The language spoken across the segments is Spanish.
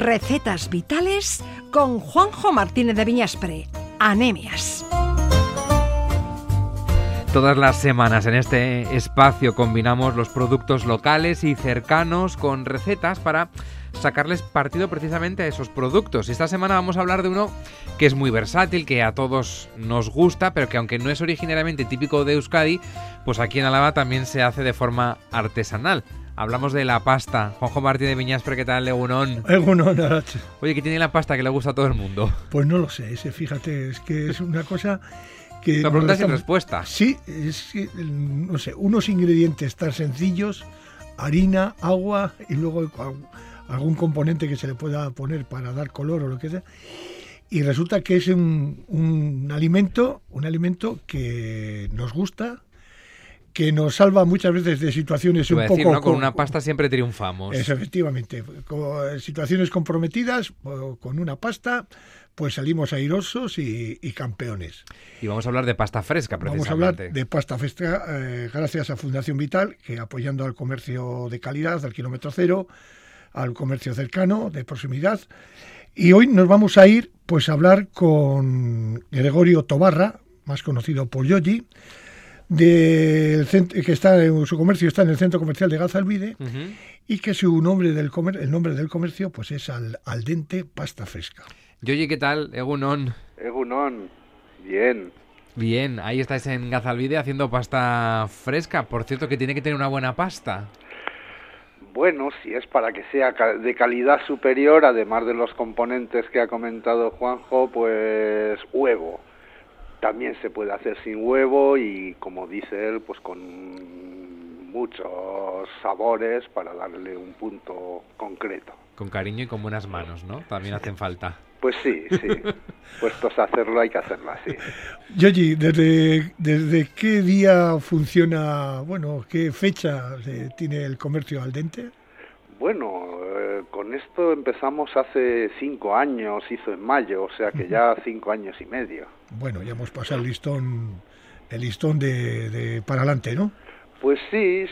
Recetas vitales con Juanjo Martínez de Viñaspre. Anemias. Todas las semanas en este espacio combinamos los productos locales y cercanos con recetas para sacarles partido precisamente a esos productos. Esta semana vamos a hablar de uno que es muy versátil, que a todos nos gusta, pero que aunque no es originariamente típico de Euskadi, pues aquí en Álava también se hace de forma artesanal. Hablamos de la pasta. Juanjo Martínez de Viñaspre, ¿qué tal, Egunon? Egunon, Arache. Oye, ¿qué tiene la pasta que le gusta a todo el mundo? Pues no lo sé, fíjate, es que es una cosa que... La pregunta sin respuesta. Sí, es que, no sé, unos ingredientes tan sencillos, harina, agua y luego algún componente que se le pueda poner para dar color o lo que sea. Y resulta que es un alimento que nos gusta, que nos salva muchas veces de situaciones un poco... ¿no? Con una pasta siempre triunfamos. Eso, efectivamente. Con situaciones comprometidas, con una pasta, pues salimos airosos y campeones. Y vamos a hablar de pasta fresca, precisamente. Vamos a hablar de pasta fresca gracias a Fundación Vital, que apoyando al comercio de calidad, al kilómetro cero, al comercio cercano, de proximidad. Y hoy nos vamos a ir pues a hablar con Gregorio Tobarra, más conocido por Yoyi, que está en su comercio está en el centro comercial de Gazalbide, y que el nombre del comercio pues es Al Dente Pasta Fresca. Yoyi, ¿qué tal? Egunon. Egunon, bien. Bien, ahí estáis en Gazalbide haciendo pasta fresca. Por cierto, que tiene que tener una buena pasta. Bueno, si es para que sea de calidad superior, además de los componentes que ha comentado Juanjo, pues huevo. También se puede hacer sin huevo y, como dice él, pues con muchos sabores para darle un punto concreto. Con cariño y con buenas manos, ¿no? También hacen falta. Pues sí. Puestos a hacerlo hay que hacerlo así. Yoyi, ¿desde qué día funciona, qué fecha tiene el comercio Al Dente? Bueno, con esto empezamos hace 5 años, hizo en mayo, o sea que ya 5 años y medio. Bueno, ya hemos pasado el listón de para adelante, ¿no? Pues sí,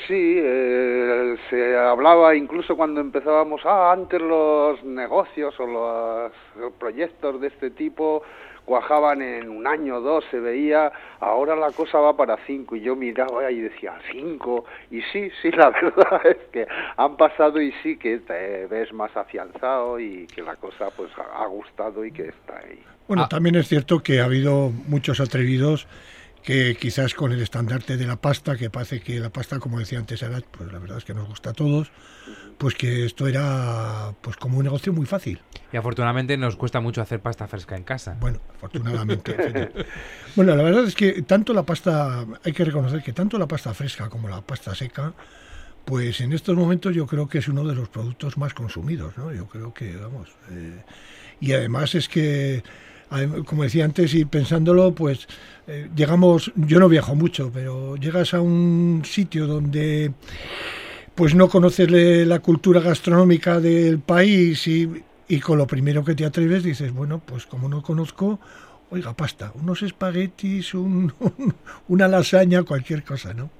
se hablaba incluso cuando empezábamos, antes los negocios o los proyectos de este tipo cuajaban en 1 año o 2, se veía, ahora la cosa va para 5, y yo miraba y decía, 5, y sí, la verdad es que han pasado y sí que te ves más afianzado y que la cosa pues ha gustado y que está ahí. Bueno, también es cierto que ha habido muchos atrevidos que quizás con el estandarte de la pasta, que parece que la pasta, como decía antes Arat, pues la verdad es que nos gusta a todos, pues que esto era pues como un negocio muy fácil. Y afortunadamente nos cuesta mucho hacer pasta fresca en casa. Bueno, afortunadamente. Bueno, la verdad es que hay que reconocer que tanto la pasta fresca como la pasta seca, pues en estos momentos yo creo que es uno de los productos más consumidos, ¿no? Yo creo que, y además es que, como decía antes, y pensándolo, pues llegamos, yo no viajo mucho, pero llegas a un sitio donde pues no conoces la cultura gastronómica del país y con lo primero que te atreves dices, bueno, pues como no conozco, oiga, pasta, unos espaguetis, una lasaña, cualquier cosa, ¿no?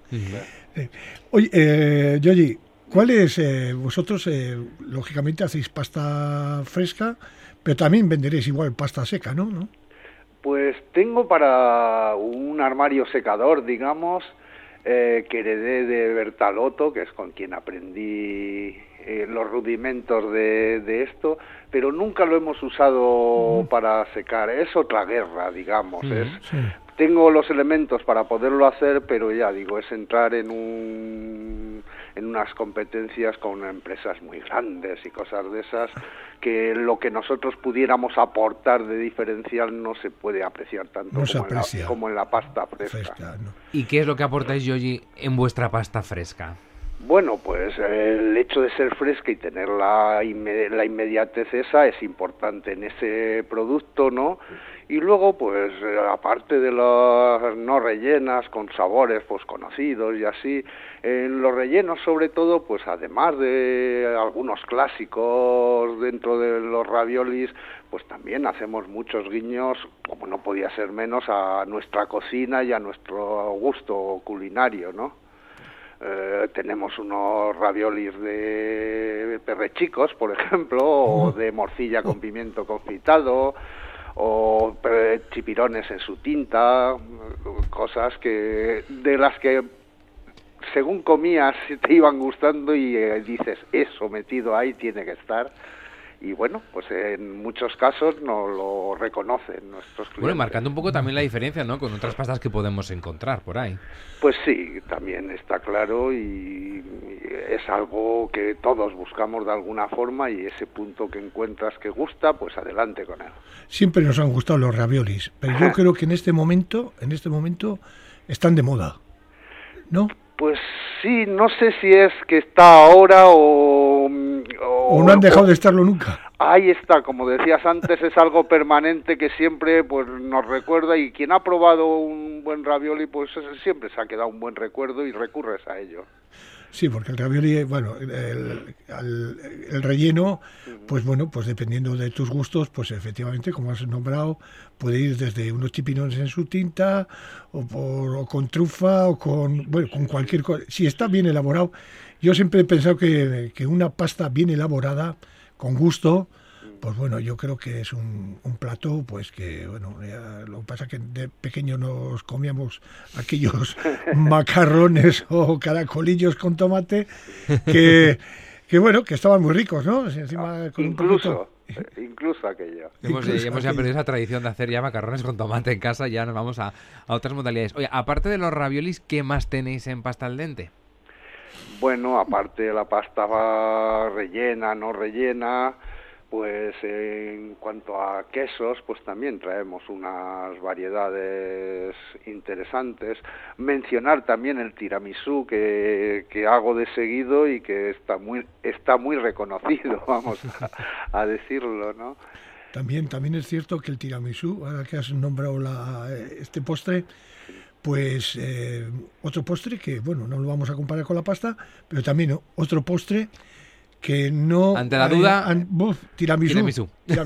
Oye, Yoyi, vosotros lógicamente hacéis pasta fresca, pero también venderéis igual pasta seca, ¿no? Pues tengo para un armario secador, digamos, que heredé de Bertalotto, que es con quien aprendí los rudimentos de esto, pero nunca lo hemos usado para secar. Es otra guerra, digamos. Tengo los elementos para poderlo hacer, pero ya digo, es entrar en unas competencias con empresas muy grandes y cosas de esas, que lo que nosotros pudiéramos aportar de diferencial no se puede apreciar tanto como en la pasta fresca. ¿no? ¿Y qué es lo que aportáis, Yoyi, en vuestra pasta fresca? Bueno, pues el hecho de ser fresca y tener la inmediatez esa es importante en ese producto, ¿no? Y luego, pues, aparte de las no rellenas, con sabores, pues, conocidos y así, en los rellenos, sobre todo, pues, además de algunos clásicos dentro de los raviolis, pues también hacemos muchos guiños, como no podía ser menos, a nuestra cocina y a nuestro gusto culinario, ¿no? Tenemos unos raviolis de perrechicos, por ejemplo, o de morcilla con pimiento confitado, o chipirones en su tinta, cosas de las que según comías te iban gustando y dices, eso metido ahí tiene que estar. Y bueno, pues en muchos casos nos lo reconocen nuestros clientes. Bueno, marcando un poco también la diferencia, ¿no?, con otras pastas que podemos encontrar por ahí. Pues sí, también está claro y es algo que todos buscamos de alguna forma y ese punto que encuentras que gusta, pues adelante con él. Siempre nos han gustado los raviolis, pero yo creo que en este momento están de moda, ¿no? Pues sí, no sé si es que está ahora o no han dejado de estarlo nunca. Ahí está, como decías antes, es algo permanente que siempre pues nos recuerda, y quien ha probado un buen ravioli pues siempre se ha quedado un buen recuerdo y recurres a ello. Sí, porque el ravioli, bueno, el relleno, pues bueno, pues dependiendo de tus gustos, pues efectivamente, como has nombrado, puede ir desde unos chipirones en su tinta, o con trufa, o con cualquier cosa. Si está bien elaborado, yo siempre he pensado que una pasta bien elaborada, con gusto, pues bueno, yo creo que es un plato, pues que, bueno, lo que pasa es que de pequeño nos comíamos aquellos macarrones o caracolillos con tomate, que bueno, que estaban muy ricos, ¿no? Encima, con incluso aquello. Hemos ya perdido esa tradición de hacer ya macarrones con tomate en casa, ya nos vamos a otras modalidades. Oye, aparte de los raviolis, ¿qué más tenéis en pasta al dente? Bueno, aparte de la pasta rellena, no rellena, pues en cuanto a quesos, pues también traemos unas variedades interesantes. Mencionar también el tiramisú que hago de seguido y que está muy reconocido, vamos a decirlo, ¿no? También es cierto que el tiramisú, ahora que has nombrado este postre, pues otro postre que, bueno, no lo vamos a comparar con la pasta, pero también otro postre que no... Ante la duda... Tiramisú,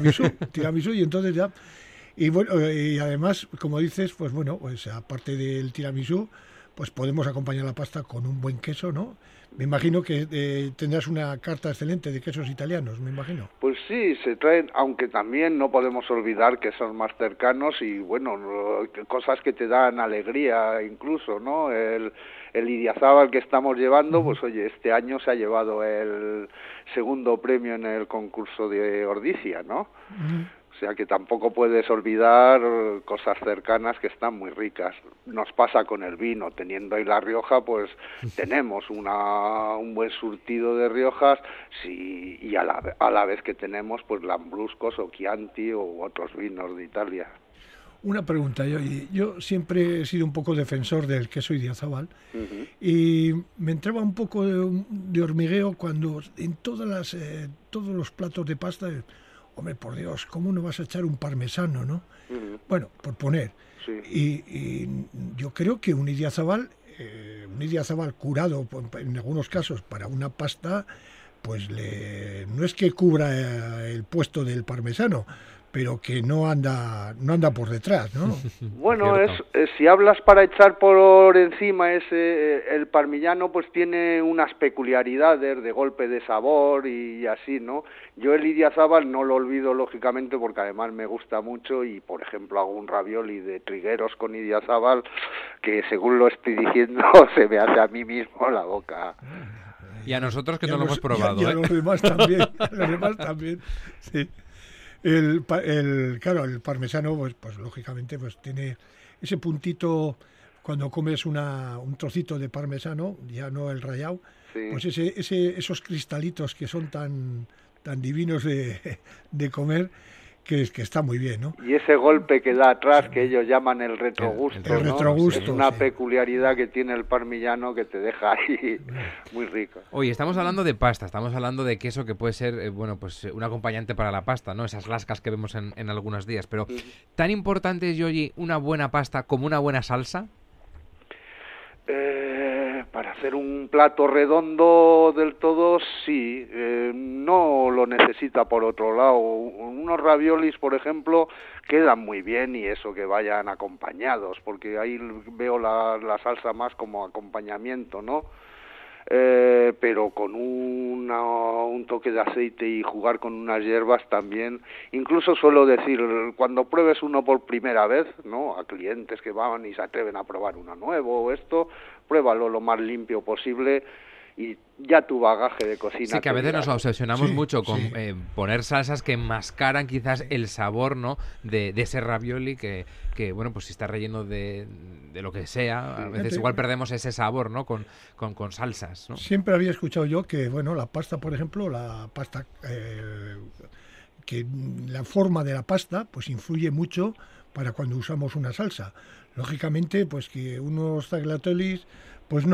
y entonces ya... Y bueno, y además, como dices, pues bueno, pues aparte del tiramisú, pues podemos acompañar la pasta con un buen queso, ¿no? Me imagino que tendrás una carta excelente de quesos italianos, me imagino. Pues sí, se traen, aunque también no podemos olvidar que son más cercanos y, bueno, cosas que te dan alegría incluso, ¿no? El Idiazábal que estamos llevando, pues oye, este año se ha llevado el segundo premio en el concurso de Ordicia, ¿no? O sea que tampoco puedes olvidar cosas cercanas que están muy ricas. Nos pasa con el vino, teniendo ahí La Rioja, pues tenemos un buen surtido de Riojas, sí, y a la vez que tenemos pues Lambruscos o Chianti u otros vinos de Italia. Una pregunta, yo siempre he sido un poco defensor del queso Idiazábal, y me entraba un poco de hormigueo cuando en todos los platos de pasta... Hombre, por Dios, ¿cómo no vas a echar un parmesano, no? Bueno, por poner. Sí. Y yo creo que un Idiazábal curado, en algunos casos, para una pasta, pues no es que cubra el puesto del parmesano, pero que no anda por detrás, ¿no? Bueno, si hablas para echar por encima el parmigiano, pues tiene unas peculiaridades de golpe de sabor y así, ¿no? Yo el Idiazábal no lo olvido, lógicamente, porque además me gusta mucho y, por ejemplo, hago un ravioli de trigueros con Idiazábal que, según lo estoy diciendo, se me hace a mí mismo la boca. Y a nosotros que no lo hemos probado, y a los demás también, sí. Claro, el parmesano, pues lógicamente, pues tiene ese puntito cuando comes un trocito de parmesano, ya no el rallado, sí. Pues esos cristalitos que son tan divinos de comer, que está muy bien, ¿no? Y ese golpe que da atrás, que ellos llaman el retrogusto, el retrogusto, es una sí. peculiaridad que tiene el parmigiano que te deja ahí muy rico. Oye, estamos hablando de pasta, estamos hablando de queso que puede ser, pues un acompañante para la pasta, ¿no? Esas lascas que vemos en algunos días. Pero, ¿tan importante es, Yoyi, una buena pasta como una buena salsa? Para hacer un plato redondo del todo, sí, no lo necesita por otro lado. Unos raviolis, por ejemplo, quedan muy bien, y eso que vayan acompañados, porque ahí veo la salsa más como acompañamiento, ¿no? pero con un toque de aceite y jugar con unas hierbas también. Incluso suelo decir, cuando pruebes uno por primera vez, ¿no?, a clientes que van y se atreven a probar uno nuevo o esto, pruébalo lo más limpio posible y ya tu bagaje de cocina. Sí, que a veces nos obsesionamos mucho con sí. poner salsas que enmascaran quizás el sabor, ¿no?, de ese ravioli que bueno, pues si está relleno de lo que sea, a veces igual perdemos ese sabor, ¿no?, con salsas, ¿no? Siempre había escuchado yo que, bueno, la pasta, por ejemplo, que la forma de la pasta pues influye mucho para cuando usamos una salsa. Lógicamente, pues que unos tagliatelles pues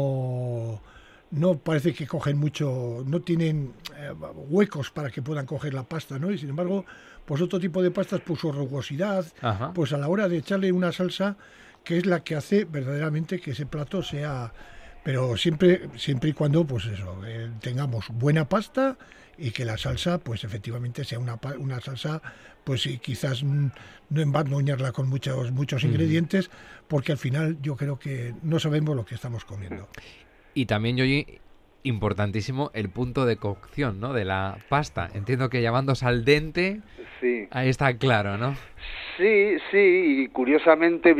no parece que cogen mucho, no tienen huecos para que puedan coger la pasta, ¿no? Y sin embargo, pues otro tipo de pastas, pues su rugosidad, Ajá. pues a la hora de echarle una salsa, que es la que hace verdaderamente que ese plato sea... Pero siempre y cuando, pues eso, tengamos buena pasta y que la salsa, pues efectivamente sea una salsa, pues sí, quizás no embarnoñarla con muchos ingredientes, porque al final yo creo que no sabemos lo que estamos comiendo. Y también, Yoyi, importantísimo el punto de cocción, ¿no?, de la pasta. Entiendo que llamándose al dente, Sí. ahí está claro, ¿no? Sí, y curiosamente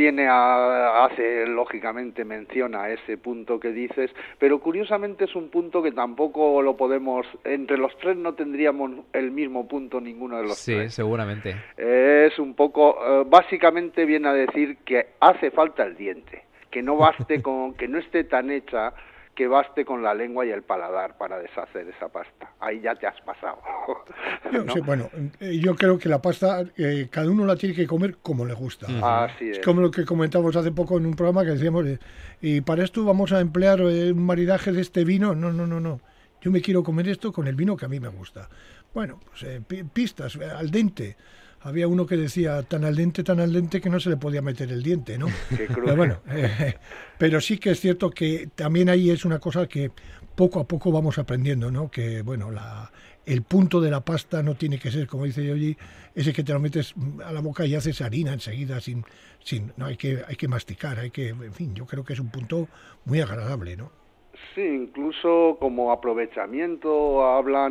hace lógicamente menciona ese punto que dices, pero curiosamente es un punto que tampoco lo podemos, entre los tres no tendríamos el mismo punto ninguno de los tres. Sí, seguramente. Es un poco, básicamente viene a decir que hace falta el diente, que no baste con, que no esté tan hecha que baste con la lengua y el paladar para deshacer esa pasta. Ahí ya te has pasado. ¿No? Sí, bueno, yo creo que la pasta cada uno la tiene que comer como le gusta. Así es. Es como lo que comentamos hace poco en un programa que decíamos, y para esto vamos a emplear un maridaje de este vino. No. Yo me quiero comer esto con el vino que a mí me gusta. Bueno, pues pistas, al dente. Había uno que decía tan al dente que no se le podía meter el diente, ¿no? Pero bueno, pero sí que es cierto que también ahí es una cosa que poco a poco vamos aprendiendo, ¿no? Que bueno, el punto de la pasta no tiene que ser, como dice Yoyi, ese que te lo metes a la boca y haces harina enseguida, no, hay que masticar, en fin, yo creo que es un punto muy agradable, ¿no? Sí, incluso como aprovechamiento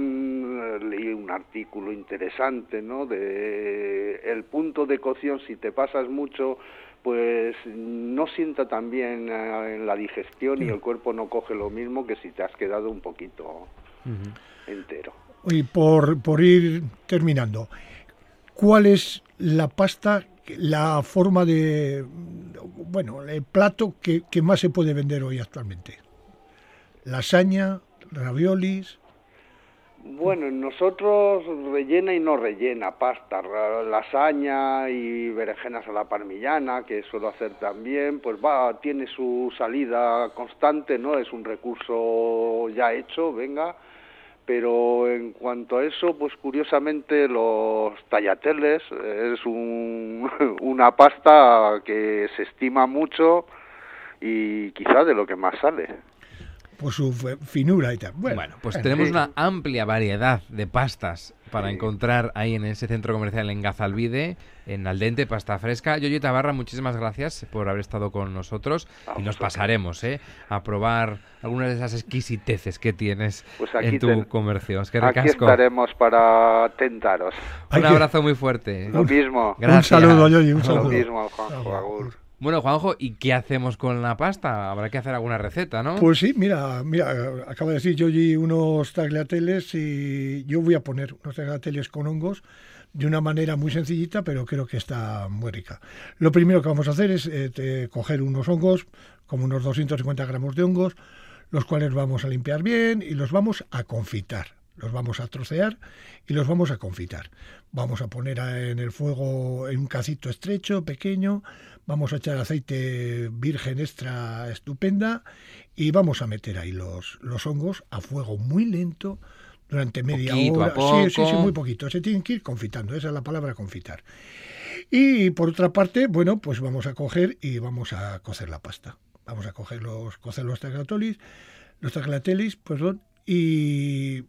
leí un artículo interesante, ¿no?, de el punto de cocción, si te pasas mucho, pues no sienta tan bien en la digestión y el cuerpo no coge lo mismo que si te has quedado un poquito entero. Y por ir terminando, ¿cuál es la pasta, la forma bueno, el plato que más se puede vender hoy actualmente? Lasaña, raviolis. Bueno, nosotros rellena y no rellena pasta, lasaña y berenjenas a la parmigiana, que suelo hacer también, pues tiene su salida constante, ¿no? Es un recurso ya hecho, venga. Pero en cuanto a eso, pues curiosamente los tagliatelles es una pasta que se estima mucho y quizá de lo que más sale. Por su finura y tal. Bueno, pues tenemos una amplia variedad de pastas para encontrar ahí en ese centro comercial en Gazalbide, en Al Dente, pasta fresca. Yoyi Tabarra, muchísimas gracias por haber estado con nosotros y nos pasaremos a probar algunas de esas exquisiteces que tienes pues en tu comercio. Es que aquí estaremos para tentaros. Un abrazo muy fuerte. Lo mismo. Gracias. Un saludo, Yoyi, un saludo. Lo mismo, Juanjo. Agur. Bueno, Juanjo, ¿y qué hacemos con la pasta? Habrá que hacer alguna receta, ¿no? Pues sí, mira, acaba de decir Yoyi unos tagliatelles y yo voy a poner unos tagliatelles con hongos de una manera muy sencillita, pero creo que está muy rica. Lo primero que vamos a hacer es coger unos hongos, como unos 250 gramos de hongos, los cuales vamos a limpiar bien y los vamos a confitar. Los vamos a trocear y los vamos a confitar. Vamos a poner en el fuego en un cacito estrecho, pequeño. Vamos a echar aceite virgen extra estupenda y vamos a meter ahí los hongos a fuego muy lento durante media hora. Sí, muy poquito. Se tienen que ir confitando, esa es la palabra, confitar. Y por otra parte, bueno, pues vamos a coger y vamos a cocer la pasta. Vamos a cocer los tagliatelles, y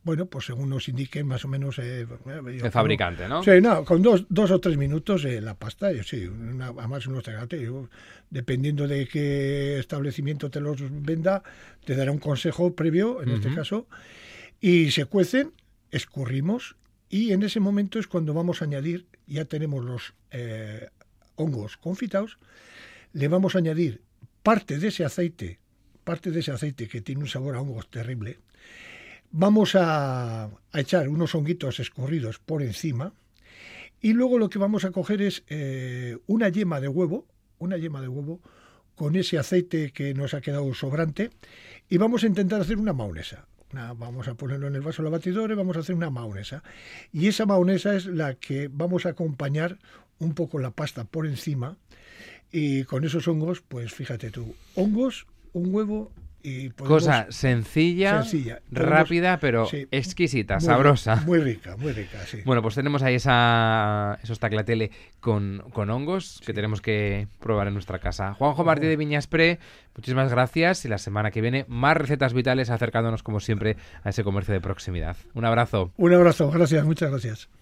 bueno, pues según nos indiquen más o menos... el fabricante, ¿no? Sí, no, con 2 o 3 minutos la pasta, sí, además unos tegates, dependiendo de qué establecimiento te los venda, te dará un consejo previo, en este caso, y se cuecen, escurrimos, y en ese momento es cuando vamos a añadir, ya tenemos los hongos confitados, le vamos a añadir parte de ese aceite que tiene un sabor a hongos terrible. Vamos a echar unos honguitos escurridos por encima y luego lo que vamos a coger es una yema de huevo con ese aceite que nos ha quedado sobrante y vamos a intentar hacer una mahonesa. Vamos a ponerlo en el vaso de la batidora y vamos a hacer una mahonesa. Y esa mahonesa es la que vamos a acompañar un poco la pasta por encima y con esos hongos, pues fíjate tú, hongos, un huevo y cosa sencilla, rápida, pero sí, exquisita, sabrosa. Muy rica, sí. Bueno, pues tenemos ahí esos tagliatelle con hongos que tenemos que probar en nuestra casa. Juanjo Martí de Viñaspre, muchísimas gracias y la semana que viene más recetas vitales acercándonos como siempre a ese comercio de proximidad. Un abrazo. Un abrazo, gracias, muchas gracias.